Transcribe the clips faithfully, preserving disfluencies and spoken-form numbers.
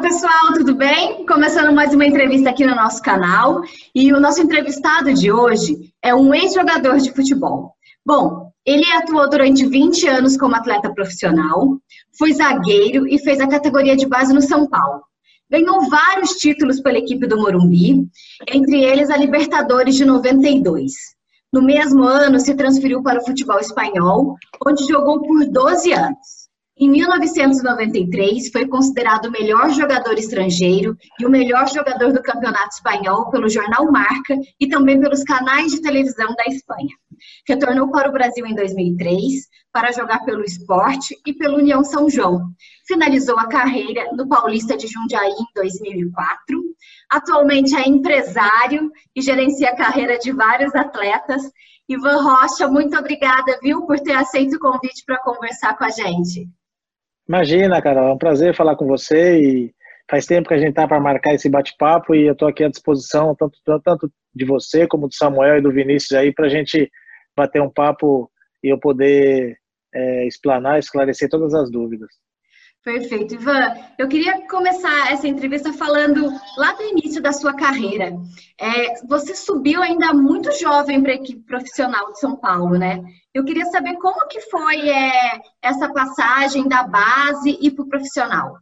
pessoal, tudo bem? Começando mais uma entrevista aqui no nosso canal. E o nosso entrevistado de hoje é um ex-jogador de futebol. Bom, ele atuou durante vinte anos como atleta profissional, foi zagueiro e fez a categoria de base no São Paulo. Ganhou vários títulos pela equipe do Morumbi, entre eles a Libertadores de noventa e dois. No mesmo ano, se transferiu para o futebol espanhol, onde jogou por doze anos. Em mil novecentos e noventa e três, foi considerado o melhor jogador estrangeiro e o melhor jogador do Campeonato Espanhol pelo jornal Marca e também pelos canais de televisão da Espanha. Retornou para o Brasil em dois mil e três para jogar pelo Sport e pelo União São João. Finalizou a carreira no Paulista de Jundiaí em dois mil e quatro. Atualmente é empresário e gerencia a carreira de vários atletas. Ivan Rocha, muito obrigada, viu, por ter aceito o convite para conversar com a gente. Imagina, Carol, é um prazer falar com você e faz tempo que a gente tá para marcar esse bate-papo e eu estou aqui à disposição, tanto, tanto de você como do Samuel e do Vinícius aí, para a gente bater um papo e eu poder é, explanar, esclarecer todas as dúvidas. Perfeito. Ivan, eu queria começar essa entrevista falando lá do início da sua carreira. É, você subiu ainda muito jovem para a equipe profissional de São Paulo, né? Eu queria saber como que foi é, essa passagem da base e para o profissional.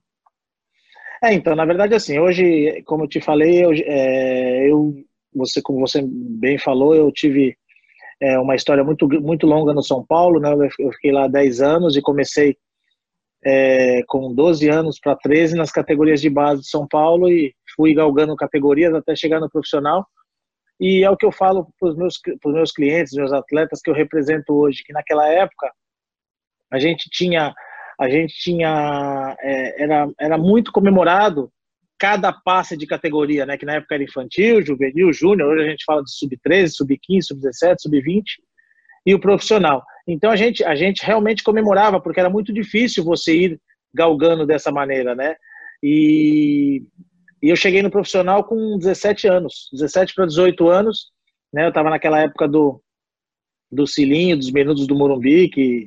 É, então, na verdade, assim, hoje, como eu te falei, eu, é, eu você, como você bem falou, eu tive é, uma história muito, muito longa no São Paulo, né? Eu fiquei lá dez anos e comecei É, com doze anos para treze nas categorias de base de São Paulo e fui galgando categorias até chegar no profissional. E é o que eu falo para os meus, pros meus clientes, meus atletas que eu represento hoje, que naquela época a gente tinha, a gente tinha é, era, era muito comemorado cada passe de categoria, né? Que na época era infantil, juvenil, júnior, hoje a gente fala de sub treze, sub quinze, sub dezessete, sub vinte e o profissional. Então a gente, a gente realmente comemorava, porque era muito difícil você ir galgando dessa maneira, né? E, e eu cheguei no profissional com dezessete anos, dezessete para dezoito anos, né? Eu estava naquela época do, do Cilinho, dos Menudos do Morumbi, que,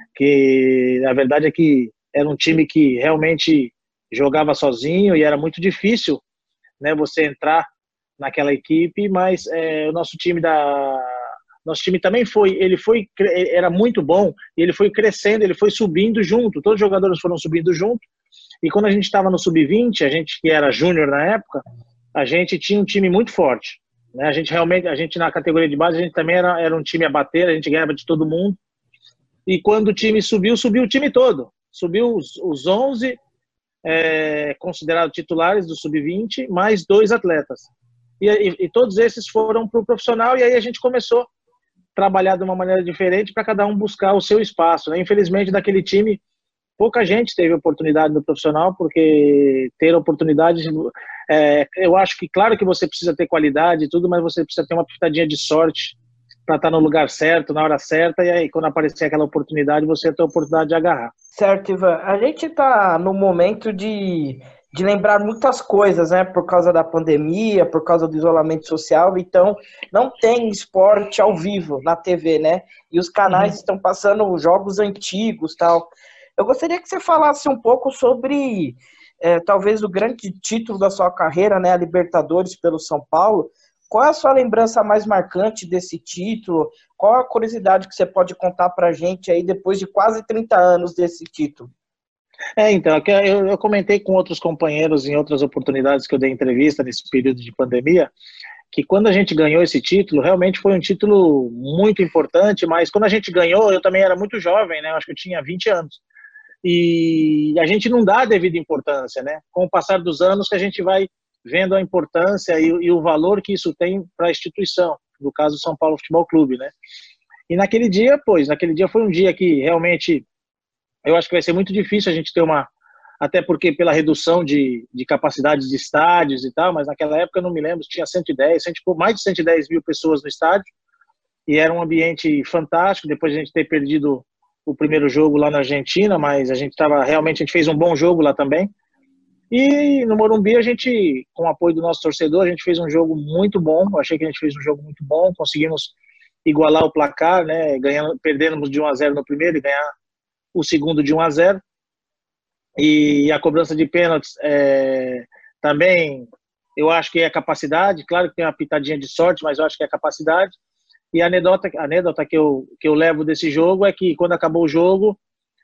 que a verdade é que era um time que realmente jogava sozinho e era muito difícil, né, você entrar naquela equipe, mas é, o nosso time da... Nosso time também foi, ele foi, era muito bom, e ele foi crescendo, ele foi subindo junto, todos os jogadores foram subindo junto, e quando a gente estava no sub vinte, a gente que era júnior na época, a gente tinha um time muito forte, né? A gente realmente, a gente na categoria de base, a gente também era, era um time a bater, a gente ganhava de todo mundo, e quando o time subiu, subiu o time todo, subiu os, os onze é, considerados titulares do sub vinte, mais dois atletas, e, e, e todos esses foram para o profissional, e aí a gente começou trabalhar de uma maneira diferente para cada um buscar o seu espaço, né? Infelizmente, daquele time, pouca gente teve oportunidade no profissional, porque ter oportunidade, é, eu acho que, claro que você precisa ter qualidade e tudo, mas você precisa ter uma pitadinha de sorte para estar no lugar certo, na hora certa, e aí, quando aparecer aquela oportunidade, você tem a oportunidade de agarrar. Certo, Ivan. A gente está no momento de... de lembrar muitas coisas, né, por causa da pandemia, por causa do isolamento social, então não tem esporte ao vivo na T V, né, e os canais uhum. estão passando jogos antigos, tal. Eu gostaria que você falasse um pouco sobre, é, talvez, o grande título da sua carreira, né, a Libertadores pelo São Paulo. Qual é a sua lembrança mais marcante desse título? Qual a curiosidade que você pode contar pra gente aí depois de quase trinta anos desse título? É, então, eu, eu comentei com outros companheiros em outras oportunidades que eu dei entrevista nesse período de pandemia, que quando a gente ganhou esse título, realmente foi um título muito importante, mas quando a gente ganhou, eu também era muito jovem, né? Eu acho que eu tinha vinte anos. E a gente não dá a devida importância, né? Com o passar dos anos que a gente vai vendo a importância e, e o valor que isso tem para a instituição, no caso do São Paulo Futebol Clube, né? E naquele dia, pois, naquele dia foi um dia que realmente eu acho que vai ser muito difícil a gente ter uma, até porque pela redução de, de capacidade de estádios e tal, mas naquela época eu não me lembro, tinha cento e dez, mais de cento e dez mil pessoas no estádio, e era um ambiente fantástico, depois de a gente ter perdido o primeiro jogo lá na Argentina, mas a gente estava, realmente a gente fez um bom jogo lá também, e no Morumbi a gente, com o apoio do nosso torcedor, a gente fez um jogo muito bom, eu achei que a gente fez um jogo muito bom, conseguimos igualar o placar, né, ganhando, perdemos de um a zero no primeiro e ganhar o segundo de um a zero, E a cobrança de pênaltis é, também, eu acho que é capacidade. Claro que tem uma pitadinha de sorte, mas eu acho que é capacidade. E a anedota, a anedota que, eu, que eu levo desse jogo é que quando acabou o jogo,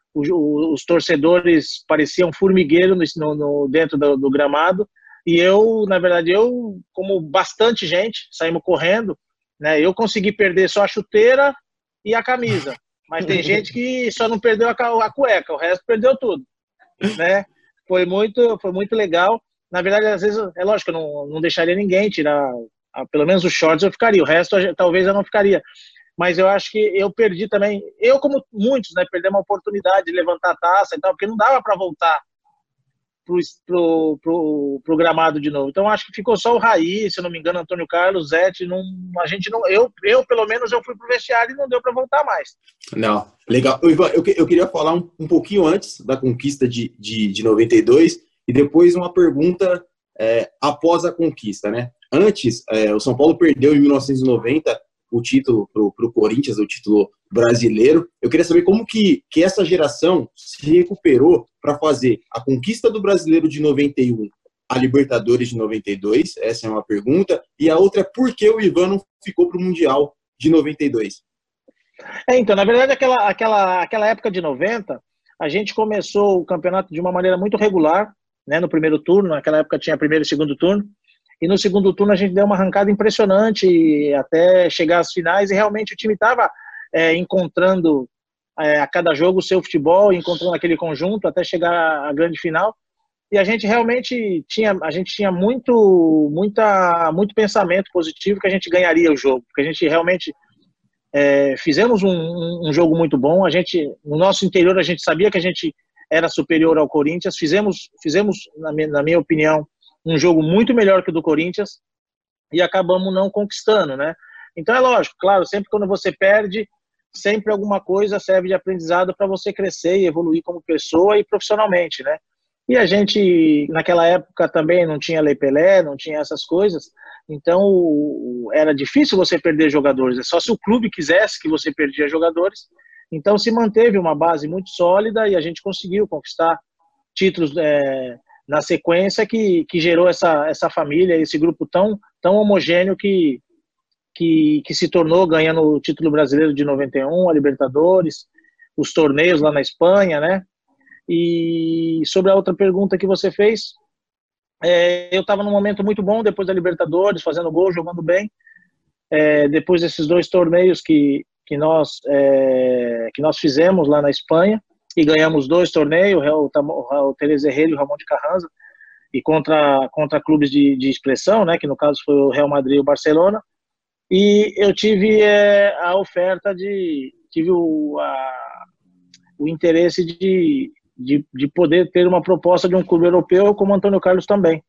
o, os torcedores pareciam formigueiro no, no, dentro do, do gramado. E eu, na verdade, eu, como bastante gente, saímos correndo, né? Eu consegui perder só a chuteira e a camisa. Mas tem gente que só não perdeu a, a cueca, o resto perdeu tudo, né? Foi muito, foi muito legal. Na verdade, às vezes, é lógico, eu não, não deixaria ninguém tirar, pelo menos os shorts eu ficaria, o resto talvez eu não ficaria. Mas eu acho que eu perdi também, eu como muitos, né, perdi uma oportunidade de levantar a taça e tal, porque não dava para voltar pro, pro, pro, pro gramado de novo. Então acho que ficou só o Raí, se eu não me engano, Antônio Carlos, Zete, não, a gente não, eu, eu pelo menos eu fui pro vestiário e não deu para voltar mais. Não, legal. Ivan, eu, eu queria falar um, um pouquinho antes da conquista de, de, de noventa e dois e depois uma pergunta é, após a conquista, né? Antes, é, o São Paulo perdeu em mil novecentos e noventa o título para o Corinthians, o título brasileiro. Eu queria saber como que, que essa geração se recuperou para fazer a conquista do Brasileiro de noventa e um, a Libertadores de noventa e dois, essa é uma pergunta, e a outra é por que o Ivan não ficou para o Mundial de noventa e dois? É, então, na verdade, aquela, aquela, aquela época de noventa, a gente começou o campeonato de uma maneira muito regular, né, no primeiro turno, naquela época tinha primeiro e segundo turno, e no segundo turno a gente deu uma arrancada impressionante até chegar às finais, e realmente o time estava é, encontrando é, a cada jogo o seu futebol, encontrando aquele conjunto até chegar à grande final. E a gente realmente tinha, a gente tinha muito, muita, muito pensamento positivo que a gente ganharia o jogo, porque a gente realmente é, fizemos um, um jogo muito bom. A gente, no nosso interior, a gente sabia que a gente era superior ao Corinthians. Fizemos, fizemos na minha, na minha opinião, um jogo muito melhor que o do Corinthians e acabamos não conquistando, né? Então é lógico, claro, sempre quando você perde, sempre alguma coisa serve de aprendizado para você crescer e evoluir como pessoa e profissionalmente, né? E a gente, naquela época também não tinha Lei Pelé, não tinha essas coisas, então era difícil você perder jogadores, é só se o clube quisesse que você perdia jogadores. Então se manteve uma base muito sólida e a gente conseguiu conquistar títulos é, na sequência que, que gerou essa, essa família, esse grupo tão, tão homogêneo que, que, que se tornou ganhando o título brasileiro de noventa e um, a Libertadores, os torneios lá na Espanha, né? E sobre a outra pergunta que você fez, é, eu estava num momento muito bom depois da Libertadores, fazendo gol, jogando bem. É, depois desses dois torneios que, que, nós, é, que nós fizemos lá na Espanha, e ganhamos dois torneios, o, o Teresa Herrera e o Ramon de Carranza, e contra, contra clubes de, de expressão, né, que no caso foi o Real Madrid e o Barcelona, e eu tive é, a oferta de, tive o, a, o interesse de, de, de poder ter uma proposta de um clube europeu, como o Antônio Carlos também.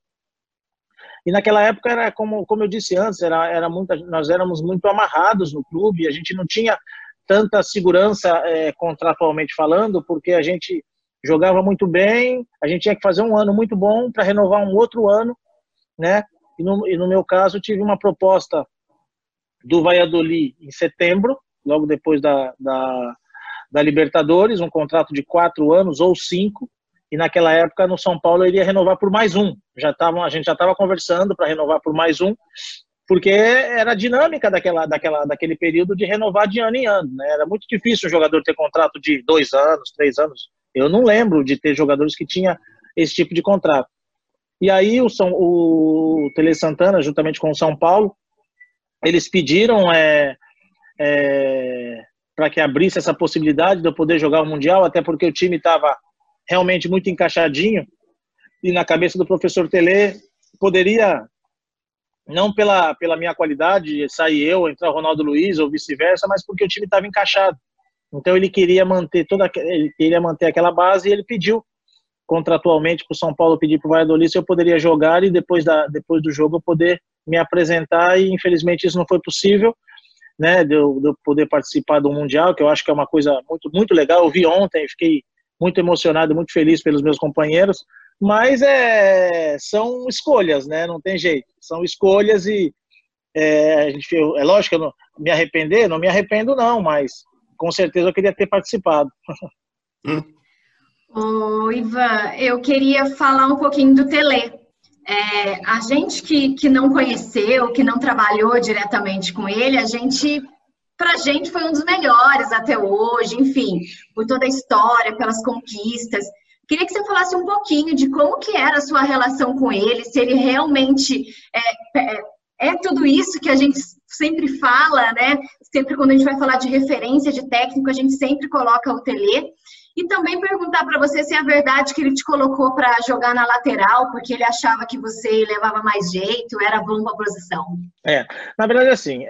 E naquela época, era como, como eu disse antes, era, era muito, nós éramos muito amarrados no clube, a gente não tinha tanta segurança é, contratualmente falando, porque a gente jogava muito bem, a gente tinha que fazer um ano muito bom para renovar um outro ano, né? E no, e no meu caso, tive uma proposta do Valladolid em setembro, logo depois da, da, da Libertadores, um contrato de quatro anos ou cinco, e naquela época no São Paulo eu iria renovar por mais um. Já tava, a gente já estava conversando para renovar por mais um, porque era a dinâmica daquela, daquela, daquele período de renovar de ano em ano, né? Era muito difícil um jogador ter contrato de dois anos, três anos. Eu não lembro de ter jogadores que tinham esse tipo de contrato. E aí o, São, o Tele Santana, juntamente com o São Paulo, eles pediram é, é, para que abrisse essa possibilidade de eu poder jogar o Mundial, até porque o time estava realmente muito encaixadinho, e na cabeça do professor Tele poderia... não pela, pela minha qualidade, sair eu, entrar o Ronaldo Luiz ou vice-versa, mas porque o time estava encaixado. Então ele queria manter toda, ele queria manter aquela base e ele pediu contratualmente para o São Paulo pedir para o Valladolid se eu poderia jogar e depois, da, depois do jogo eu poder me apresentar, e infelizmente isso não foi possível, né, de eu, de eu poder participar do Mundial, que eu acho que é uma coisa muito, muito legal. Eu vi ontem, fiquei muito emocionado, muito feliz pelos meus companheiros, mas é, são escolhas, né? Não tem jeito. São escolhas e é, a gente, é lógico que eu não me arrepender, não me arrependo não, mas com certeza eu queria ter participado. Hum. Ô, Ivan, eu queria falar um pouquinho do Tele. É, a gente que, que não conheceu, que não trabalhou diretamente com ele, a gente, pra gente foi um dos melhores até hoje, enfim, por toda a história, pelas conquistas. Queria que você falasse um pouquinho de como que era a sua relação com ele, se ele realmente é, é, é tudo isso que a gente sempre fala, né? Sempre quando a gente vai falar de referência de técnico, a gente sempre coloca o Tele. E também perguntar para você se é verdade que ele te colocou para jogar na lateral, porque ele achava que você levava mais jeito, era bom para a posição. É, na verdade, assim,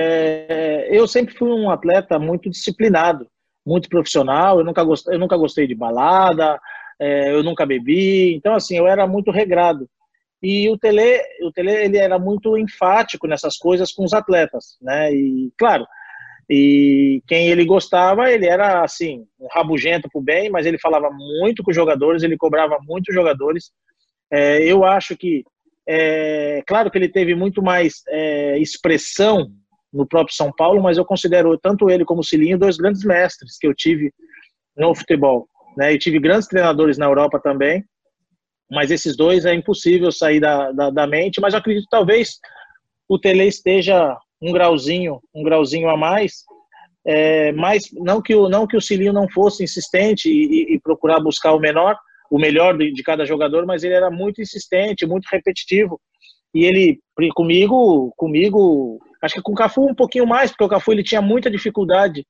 é, eu sempre fui um atleta muito disciplinado, muito profissional, eu nunca gostei, eu nunca gostei de balada, é, eu nunca bebi, então, assim, eu era muito regrado. E o Tele, o Tele, ele era muito enfático nessas coisas com os atletas, né? E, claro, e quem ele gostava, ele era assim, um rabugento pro bem, mas ele falava muito com os jogadores, ele cobrava muito os jogadores. É, eu acho que, é, claro que ele teve muito mais é, expressão no próprio São Paulo, mas eu considero tanto ele como o Cilinho dois grandes mestres que eu tive no futebol, né? E tive grandes treinadores na Europa também, mas esses dois é impossível sair da, da, da mente, mas eu acredito que talvez o Tele esteja um grauzinho, um grauzinho a mais, é, mas não que o não que o Cilinho não fosse insistente e, e, e procurar buscar o menor, o melhor de, de cada jogador, mas ele era muito insistente, muito repetitivo. E ele comigo, comigo, acho que com o Cafu um pouquinho mais, porque o Cafu ele tinha muita dificuldade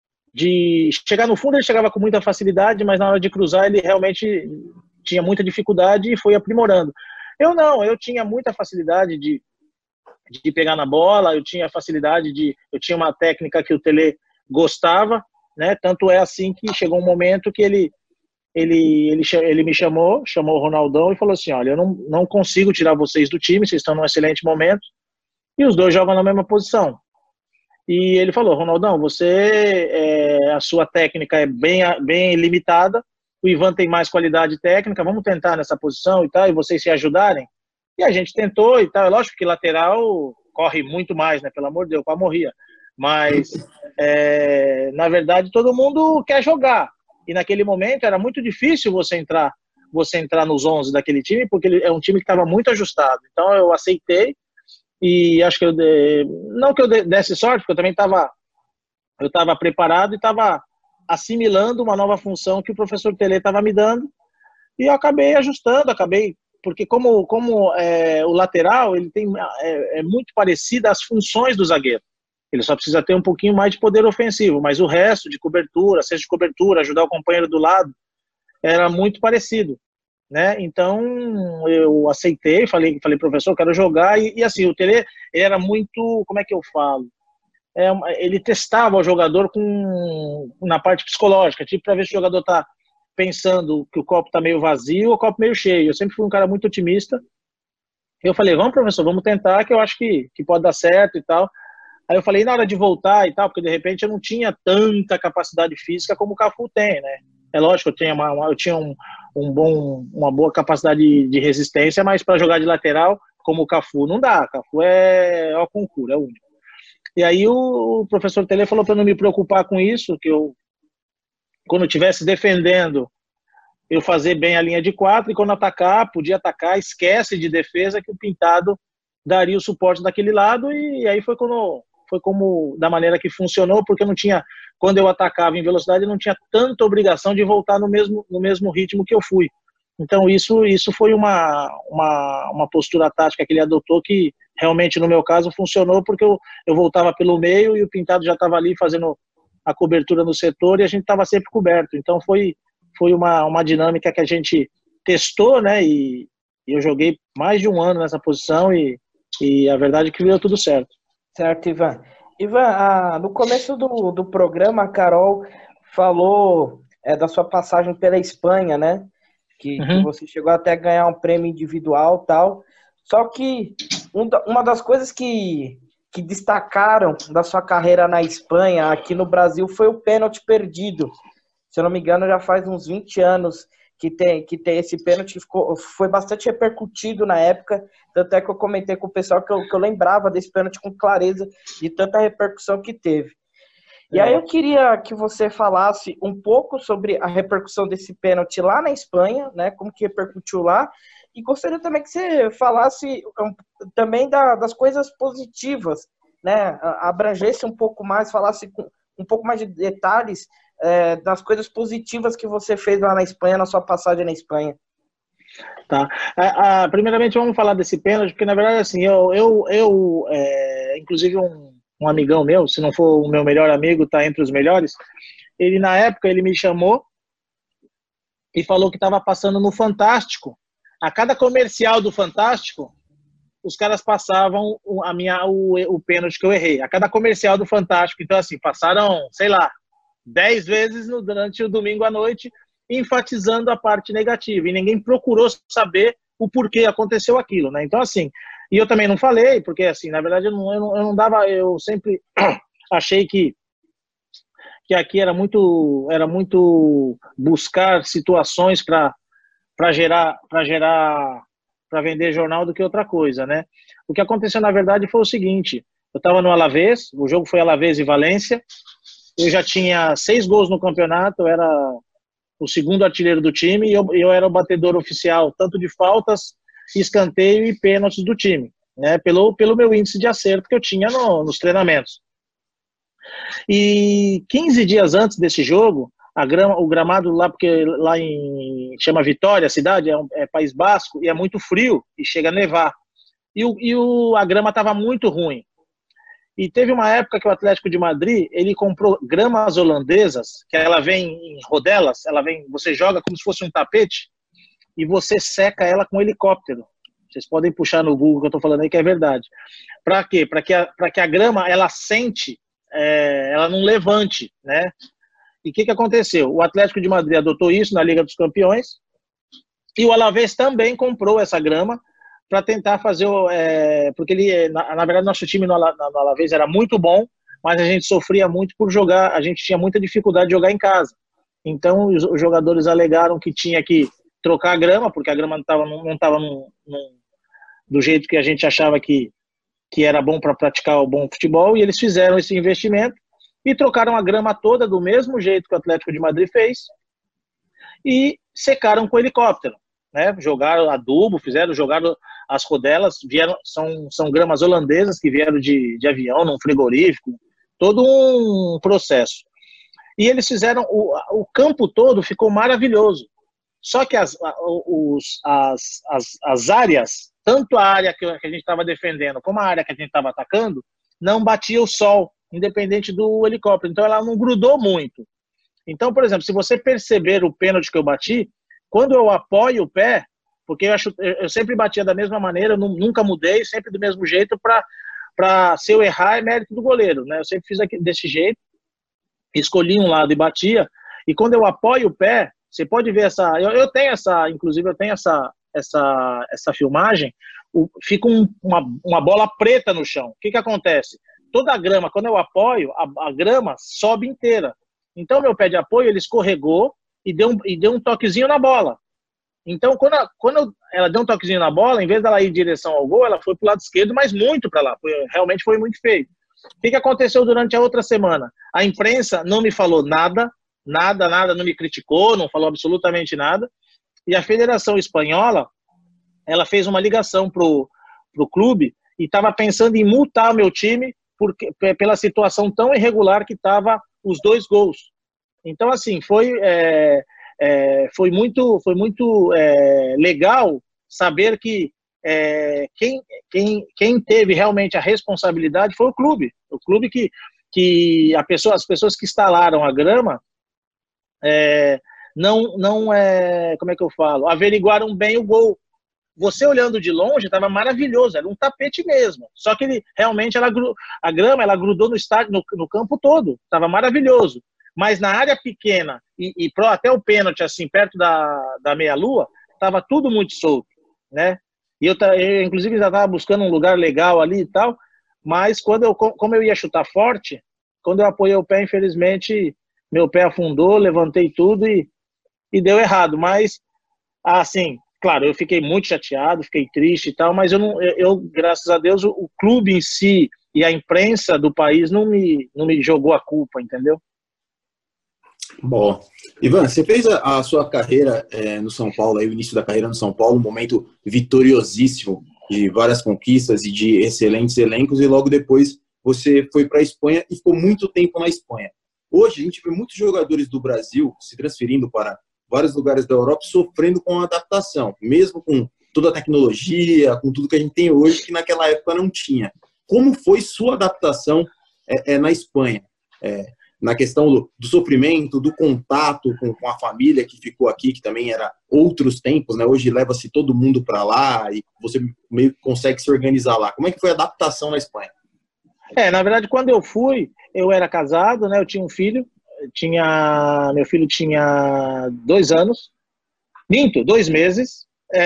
de chegar no fundo, ele chegava com muita facilidade, mas na hora de cruzar ele realmente tinha muita dificuldade e foi aprimorando. Eu não, eu tinha muita facilidade de de pegar na bola, eu tinha facilidade de, eu tinha uma técnica que o Tele gostava, né? Tanto é assim que chegou um momento que ele ele ele, ele me chamou, chamou o Ronaldão e falou assim, olha, eu não, não consigo tirar vocês do time, vocês estão num excelente momento, e os dois jogam na mesma posição. E ele falou, Ronaldão, você, é, a sua técnica é bem, bem limitada, o Ivan tem mais qualidade técnica, vamos tentar nessa posição e tal, e vocês se ajudarem. E a gente tentou e tal, é lógico que lateral corre muito mais, né? Pelo amor de Deus, quase morria. Mas, é, na verdade, todo mundo quer jogar. E naquele momento era muito difícil você entrar, você entrar nos onze daquele time, porque ele é um time que estava muito ajustado. Então eu aceitei e acho que eu de... não que eu desse sorte, porque eu também estava eu estava preparado e estava assimilando uma nova função que o professor Tele estava me dando. E eu acabei ajustando, acabei porque como, como é, o lateral ele tem, é, é muito parecido às funções do zagueiro. Ele só precisa ter um pouquinho mais de poder ofensivo, mas o resto de cobertura, seja de cobertura, ajudar o companheiro do lado, era muito parecido, né? Então eu aceitei, falei, falei professor, quero jogar, e, e assim, o Tele era muito, como é que eu falo? É, ele testava o jogador com, na parte psicológica, tipo para ver se o jogador está pensando que o copo está meio vazio ou o copo meio cheio. Eu sempre fui um cara muito otimista. Eu falei, vamos, professor, vamos tentar, que eu acho que, que pode dar certo e tal. Aí eu falei, na hora de voltar e tal, porque de repente eu não tinha tanta capacidade física como o Cafu tem, né? É lógico, eu tinha, uma, uma, eu tinha um, um bom, uma boa capacidade de, de resistência, mas para jogar de lateral, como o Cafu, não dá. O Cafu é, é o concurso, é o único. E aí o, o professor Tele falou para não me preocupar com isso, que eu quando eu estivesse defendendo, eu fazer bem a linha de quatro, e quando atacar, podia atacar, esquece de defesa, que o Pintado daria o suporte daquele lado, e aí foi como, foi como da maneira que funcionou, porque eu não tinha, quando eu atacava em velocidade, eu não tinha tanta obrigação de voltar no mesmo, no mesmo ritmo que eu fui. Então isso, isso foi uma, uma, uma postura tática que ele adotou, que realmente no meu caso funcionou, porque eu, eu voltava pelo meio, e o Pintado já estava ali fazendo a cobertura no setor e a gente estava sempre coberto. Então foi, foi uma, uma dinâmica que a gente testou, né? E, e eu joguei mais de um ano nessa posição e, e a verdade é que deu tudo certo. Certo, Ivan. Ivan, ah, no começo do, do programa, a Carol falou é, da sua passagem pela Espanha, né? Que, uhum. que você chegou até a ganhar um prêmio individual e tal. Só que um, uma das coisas que que destacaram da sua carreira na Espanha, aqui no Brasil, foi o pênalti perdido. Se eu não me engano, já faz uns vinte anos que tem, que tem esse pênalti, ficou, foi bastante repercutido na época, tanto é que eu comentei com o pessoal que eu, que eu lembrava desse pênalti com clareza, de tanta repercussão que teve. E aí eu queria que você falasse um pouco sobre a repercussão desse pênalti lá na Espanha, né? Como que repercutiu lá. E gostaria também que você falasse um, também da, das coisas positivas, né? Abrangesse um pouco mais, falasse com um pouco mais de detalhes é, das coisas positivas que você fez lá na Espanha, na sua passagem na Espanha. Tá. A, a, primeiramente, vamos falar desse pênalti, porque, na verdade, assim, eu, eu, eu é, inclusive, um, um amigão meu, se não for o meu melhor amigo, tá entre os melhores, ele, na época, ele me chamou e falou que estava passando no Fantástico. A cada comercial do Fantástico, os caras passavam a minha, o, o pênalti que eu errei. A cada comercial do Fantástico. Então, assim, passaram, sei lá, dez vezes no, durante o domingo à noite, enfatizando a parte negativa. E ninguém procurou saber o porquê aconteceu aquilo, né? Então, assim, e eu também não falei, porque, assim, na verdade, eu não, eu não, eu não dava, eu sempre achei que, que aqui era muito, era muito buscar situações para para gerar, para gerar, para vender jornal do que outra coisa, né? O que aconteceu, na verdade, foi o seguinte: eu estava no Alavés, o jogo foi Alavés e Valência, eu já tinha seis gols no campeonato, eu era o segundo artilheiro do time e eu, eu era o batedor oficial, tanto de faltas, escanteio e pênaltis do time, né? Pelo, pelo meu índice de acerto que eu tinha no, nos treinamentos. E quinze dias antes desse jogo, a grama, o gramado lá, porque lá em chama Vitória, a cidade, é, um, é País Basco, e é muito frio, e chega a nevar. E, o, e o, a grama estava muito ruim. E teve uma época que o Atlético de Madrid, ele comprou gramas holandesas, que ela vem em rodelas, ela vem, você joga como se fosse um tapete, e você seca ela com um helicóptero. Vocês podem puxar no Google que eu estou falando aí, que é verdade. Para quê? Para que, que a grama, ela sente, é, ela não levante, né? E o que, que aconteceu? O Atlético de Madrid adotou isso na Liga dos Campeões e o Alavés também comprou essa grama para tentar fazer, é, porque ele, na, na verdade, nosso time no, no Alavés era muito bom, mas a gente sofria muito por jogar, a gente tinha muita dificuldade de jogar em casa. Então, os, os jogadores alegaram que tinha que trocar a grama, porque a grama não estava não tava num, num, do jeito que a gente achava que, que era bom para praticar o bom futebol, e eles fizeram esse investimento e trocaram a grama toda do mesmo jeito que o Atlético de Madrid fez e secaram com helicóptero, né? Jogaram adubo, fizeram, jogaram as rodelas, vieram, são, são gramas holandesas que vieram de, de avião, num frigorífico, todo um processo. E eles fizeram, o, o campo todo ficou maravilhoso, só que as, os, as, as, as áreas, tanto a área que a gente estava defendendo como a área que a gente estava atacando, não batia o sol, independente do helicóptero. Então ela não grudou muito. Então, por exemplo, se você perceber o pênalti que eu bati, quando eu apoio o pé, porque eu, acho, eu sempre batia da mesma maneira, eu nunca mudei, sempre do mesmo jeito, para se eu errar é mérito do goleiro, né? Eu sempre fiz aqui, desse jeito, escolhi um lado e batia, e quando eu apoio o pé, você pode ver essa, eu, eu tenho essa, inclusive eu tenho essa, essa, essa filmagem, o, fica um, uma, uma bola preta no chão. O que que acontece? Toda a grama, quando eu apoio, a, a grama sobe inteira. Então, meu pé de apoio, ele escorregou e deu um, e deu um toquezinho na bola. Então, quando, a, quando ela deu um toquezinho na bola, em vez dela ir em direção ao gol, ela foi para o lado esquerdo, mas muito para lá. Foi, realmente foi muito feio. O que, que aconteceu durante a outra semana? A imprensa não me falou nada, nada, nada, não me criticou, não falou absolutamente nada. E a Federação Espanhola, ela fez uma ligação para o clube e estava pensando em multar o meu time porque, pela situação tão irregular que estava os dois gols. Então, assim, foi, é, é, foi muito, foi muito é, legal saber que é, quem, quem, quem teve realmente a responsabilidade foi o clube. O clube que, que a pessoa, as pessoas que instalaram a grama é, não, não é, como é que eu falo, averiguaram bem o gol. Você olhando de longe estava maravilhoso, era um tapete mesmo. Só que ele realmente ela, a grama ela grudou no estádio, no, no campo todo, estava maravilhoso. Mas na área pequena e, e pro, até o pênalti assim perto da, da meia-lua estava tudo muito solto, né? E eu, eu inclusive já estava buscando um lugar legal ali e tal. Mas quando eu como eu ia chutar forte, quando eu apoiei o pé, infelizmente meu pé afundou, levantei tudo e, e deu errado. Mas assim, claro, eu fiquei muito chateado, fiquei triste e tal, mas eu, não, eu, eu graças a Deus, o, o clube em si e a imprensa do país não me, não me jogou a culpa, entendeu? Bom, Ivan, você fez a, a sua carreira é, no São Paulo, aí, o início da carreira no São Paulo, um momento vitoriosíssimo de várias conquistas e de excelentes elencos, e logo depois você foi para a Espanha e ficou muito tempo na Espanha. Hoje a gente vê muitos jogadores do Brasil se transferindo para vários lugares da Europa sofrendo com a adaptação, mesmo com toda a tecnologia, com tudo que a gente tem hoje, que naquela época não tinha. Como foi sua adaptação é, é, na Espanha? É, na questão do, do sofrimento, do contato com, com a família que ficou aqui, que também era outros tempos, né? Hoje leva-se todo mundo para lá e você meio que consegue se organizar lá. Como é que foi a adaptação na Espanha? É, na verdade, quando eu fui, eu era casado, né? Eu tinha um filho, tinha, meu filho tinha dois anos, minto, dois meses.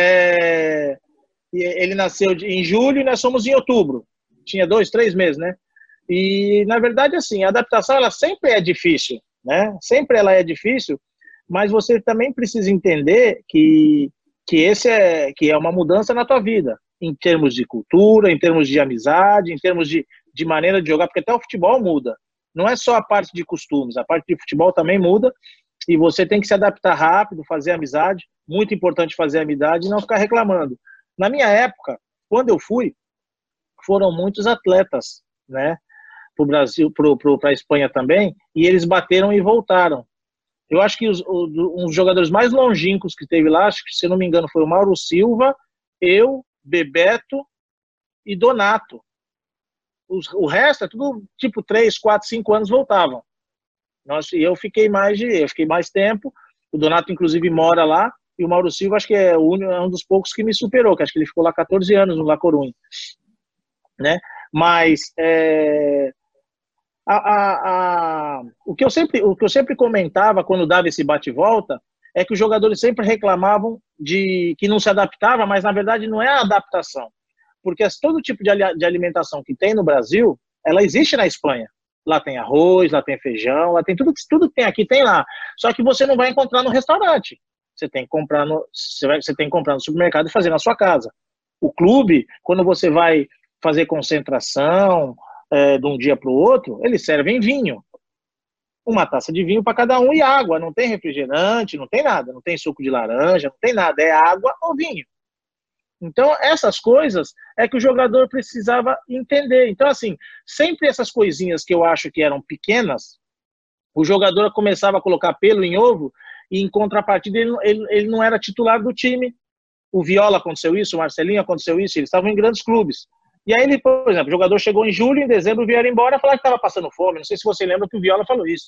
É, ele nasceu em julho e nós somos em outubro. Tinha dois, três meses, né? E, na verdade, assim, a adaptação, ela sempre é difícil, né? Sempre ela é difícil, mas você também precisa entender que, que esse é, que é uma mudança na tua vida, em termos de cultura, em termos de amizade, em termos de, de maneira de jogar, porque até o futebol muda. Não é só a parte de costumes, a parte de futebol também muda, e você tem que se adaptar rápido, fazer amizade, muito importante fazer amizade e não ficar reclamando. Na minha época, quando eu fui, foram muitos atletas, né? Para o Brasil, para a Espanha também, e eles bateram e voltaram. Eu acho que os, os, os jogadores mais longínquos que teve lá, acho que, se não me engano, foi o Mauro Silva, eu, Bebeto e Donato. Os, o resto é tudo tipo três, quatro, cinco anos voltavam. Nós, e eu fiquei mais de, eu fiquei mais tempo. O Donato, inclusive, mora lá, e o Mauro Silva, acho que é, o único, é um dos poucos que me superou, que acho que ele ficou lá quatorze anos no La Coruña, né? Mas é, A, a, a, o, que eu sempre, o que eu sempre comentava quando dava esse bate-volta é que os jogadores sempre reclamavam de que não se adaptava, mas na verdade não é a adaptação, porque todo tipo de, de alimentação que tem no Brasil, ela existe na Espanha. Lá tem arroz, lá tem feijão, lá tem tudo, tudo que tem aqui, tem lá. Só que você não vai encontrar no restaurante. Você tem que comprar no, você vai, você tem que comprar no supermercado e fazer na sua casa. O clube, quando você vai fazer concentração, É, de um dia para o outro, eles servem vinho. Uma taça de vinho para cada um e água. Não tem refrigerante, não tem nada. Não tem suco de laranja, não tem nada. É água ou vinho. Então, essas coisas é que o jogador precisava entender. Então, assim, sempre essas coisinhas que eu acho que eram pequenas, o jogador começava a colocar pelo em ovo e, em contrapartida, ele, ele, ele não era titular do time. O Viola aconteceu isso, o Marcelinho aconteceu isso, eles estavam em grandes clubes. E aí, ele, por exemplo, o jogador chegou em julho, em dezembro vieram embora, falar que estava passando fome. Não sei se você lembra que o Viola falou isso.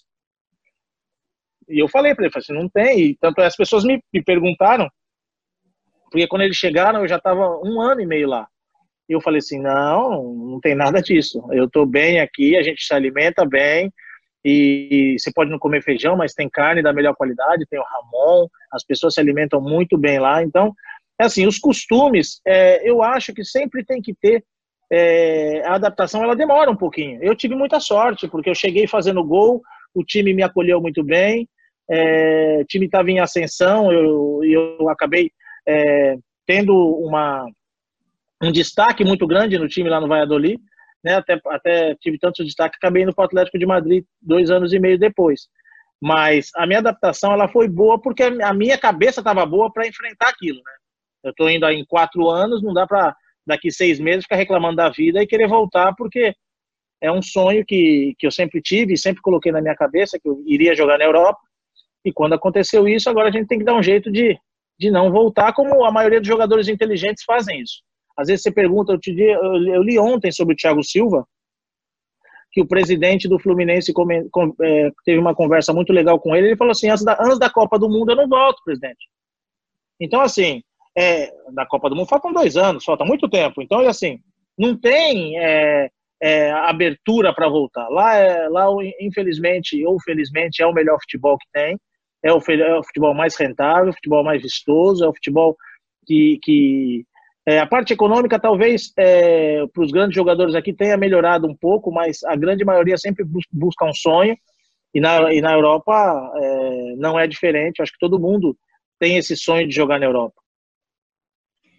E eu falei para ele, falei assim, não tem. E tanto as pessoas me, me perguntaram, porque quando eles chegaram, eu já estava um ano e meio lá. E eu falei assim, não, não tem nada disso. Eu estou bem aqui, a gente se alimenta bem, e, e você pode não comer feijão, mas tem carne da melhor qualidade, tem o Ramon, as pessoas se alimentam muito bem lá. Então, é assim, os costumes, é, eu acho que sempre tem que ter. É, a adaptação ela demora um pouquinho. Eu tive muita sorte, porque eu cheguei fazendo gol, o time me acolheu muito bem, é, o time estava em ascensão, eu, eu acabei é, tendo uma, um destaque muito grande no time lá no Valladolid, né, até, até tive tanto destaque, acabei indo para o Atlético de Madrid dois anos e meio depois. Mas a minha adaptação ela foi boa porque a minha cabeça estava boa para enfrentar aquilo, né? Eu estou indo aí em quatro anos, não dá para daqui seis meses ficar reclamando da vida e querer voltar, porque é um sonho que, que eu sempre tive e sempre coloquei na minha cabeça, que eu iria jogar na Europa, e quando aconteceu isso, agora a gente tem que dar um jeito de, de não voltar, como a maioria dos jogadores inteligentes fazem isso. Às vezes você pergunta, eu, te, eu, eu li ontem sobre o Thiago Silva, que o presidente do Fluminense come, com, é, teve uma conversa muito legal com ele, ele falou assim, antes da, antes da Copa do Mundo eu não volto, presidente. Então, assim, É, da Copa do Mundo faltam dois anos, falta muito tempo. Então, assim, não tem é, é, abertura para voltar. Lá, é, lá, infelizmente ou felizmente, é o melhor futebol que tem. É o, é o futebol mais rentável, o futebol mais vistoso, é o futebol que... que é, a parte econômica, talvez, é, para os grandes jogadores aqui tenha melhorado um pouco, mas a grande maioria sempre busca um sonho. E na, e na Europa é, não é diferente. Acho que todo mundo tem esse sonho de jogar na Europa.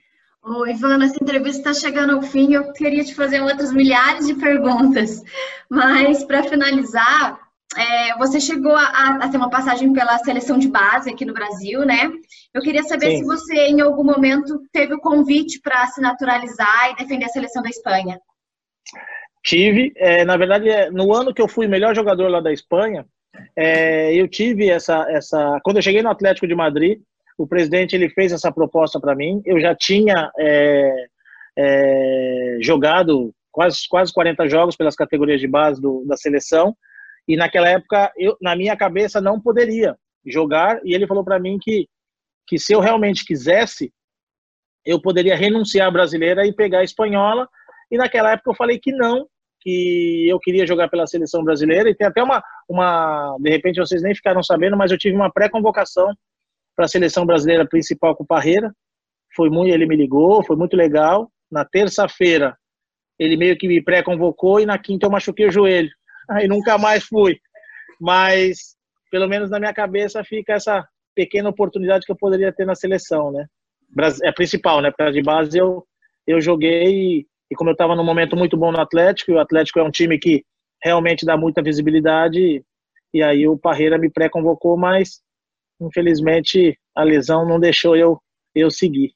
Ô, Ivan, essa entrevista está chegando ao fim, eu queria te fazer outras milhares de perguntas, mas para finalizar, é, você chegou a, a ter uma passagem pela seleção de base aqui no Brasil, né? Eu queria saber Sim. se você, em algum momento, teve o convite para se naturalizar e defender a seleção da Espanha. Tive, é, na verdade, no ano que eu fui melhor jogador lá da Espanha, é, eu tive essa, essa... Quando eu cheguei no Atlético de Madrid, o presidente ele fez essa proposta para mim. Eu já tinha é, é, jogado quase, quase quarenta jogos pelas categorias de base do, da seleção, e naquela época, eu, na minha cabeça, não poderia jogar, e ele falou para mim que, que se eu realmente quisesse, eu poderia renunciar à brasileira e pegar a espanhola, e naquela época eu falei que não, que eu queria jogar pela seleção brasileira, e tem até uma, uma de repente vocês nem ficaram sabendo, mas eu tive uma pré-convocação para a seleção brasileira principal com o Parreira. Foi muito, ele me ligou, foi muito legal. Na terça-feira ele meio que me pré-convocou e na quinta eu machuquei o joelho. Aí nunca mais fui. Mas pelo menos na minha cabeça fica essa pequena oportunidade que eu poderia ter na seleção, né? É principal, né? Porque de base eu eu joguei e, e como eu estava num momento muito bom no Atlético, e o Atlético é um time que realmente dá muita visibilidade, e aí o Parreira me pré-convocou, mas infelizmente, a lesão não deixou eu, eu seguir.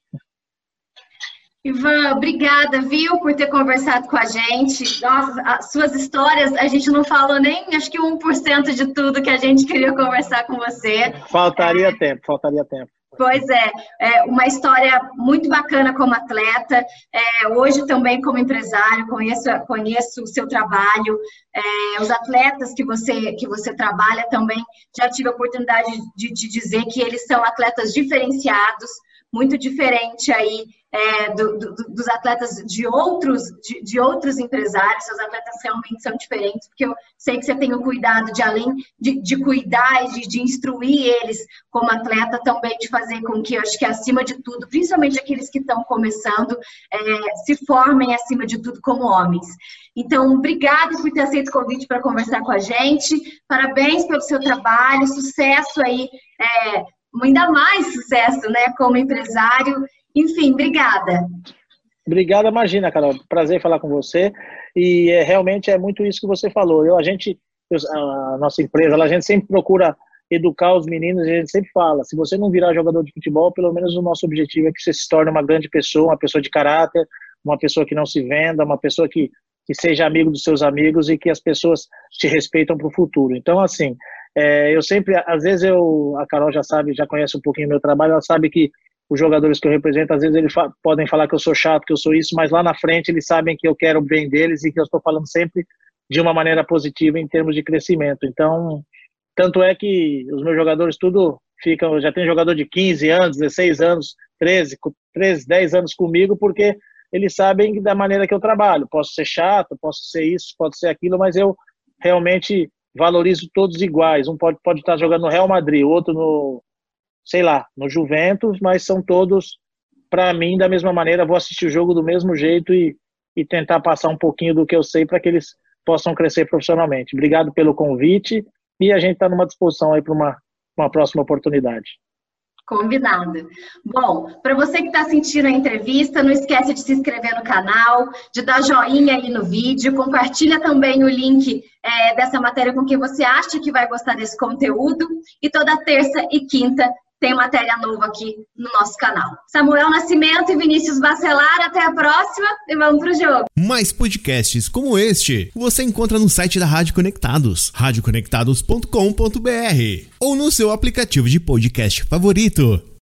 Ivan, obrigada, viu, por ter conversado com a gente. Nossa, as suas histórias, a gente não falou nem, acho que um por cento de tudo que a gente queria conversar com você. Faltaria é, tempo, faltaria tempo. Pois é, é, uma história muito bacana como atleta, é, hoje também como empresário, conheço, conheço o seu trabalho, é, os atletas que você, que você trabalha também, já tive a oportunidade de te dizer que eles são atletas diferenciados, muito diferente aí é, do, do, dos atletas de outros, de, de outros empresários. Seus atletas realmente são diferentes, porque eu sei que você tem o cuidado de, além de, de cuidar e de, de instruir eles como atleta, também de fazer com que, eu acho que acima de tudo, principalmente aqueles que estão começando, é, se formem acima de tudo como homens. Então, obrigada por ter aceito o convite para conversar com a gente, parabéns pelo seu trabalho, sucesso aí, é, ainda mais sucesso, né, como empresário. Enfim, obrigada. Obrigada, imagina, Carol. Prazer falar com você. E é, realmente é muito isso que você falou. Eu, a gente, eu, a nossa empresa, a gente sempre procura educar os meninos, e a gente sempre fala, se você não virar jogador de futebol, pelo menos o nosso objetivo é que você se torne uma grande pessoa, uma pessoa de caráter, uma pessoa que não se venda, uma pessoa que, que seja amigo dos seus amigos e que as pessoas te respeitam para o futuro. Então, assim, é, eu sempre, às vezes eu, a Carol já sabe, já conhece um pouquinho o meu trabalho, ela sabe que os jogadores que eu represento, às vezes eles fa- podem falar que eu sou chato, que eu sou isso, mas lá na frente eles sabem que eu quero o bem deles e que eu estou falando sempre de uma maneira positiva em termos de crescimento. Então, tanto é que os meus jogadores tudo ficam, já tem jogador de quinze anos, dezesseis anos, treze, treze, dez anos comigo, porque eles sabem da maneira que eu trabalho. Posso ser chato, posso ser isso, pode ser aquilo, mas eu realmente valorizo todos iguais. Um pode, pode estar jogando no Real Madrid, o outro no, sei lá, no Juventus, mas são todos, para mim, da mesma maneira. Vou assistir o jogo do mesmo jeito e, e tentar passar um pouquinho do que eu sei para que eles possam crescer profissionalmente. Obrigado pelo convite e a gente está numa disposição aí para uma, uma próxima oportunidade. Combinado. Bom, para você que está assistindo a entrevista, não esquece de se inscrever no canal, de dar joinha aí no vídeo, compartilha também o link é, dessa matéria com quem você acha que vai gostar desse conteúdo, e toda terça e quinta tem matéria nova aqui no nosso canal. Samuel Nascimento e Vinícius Bacelar, até a próxima e vamos pro jogo. Mais podcasts como este você encontra no site da Rádio Conectados, rádio conectados ponto com ponto b r ou no seu aplicativo de podcast favorito.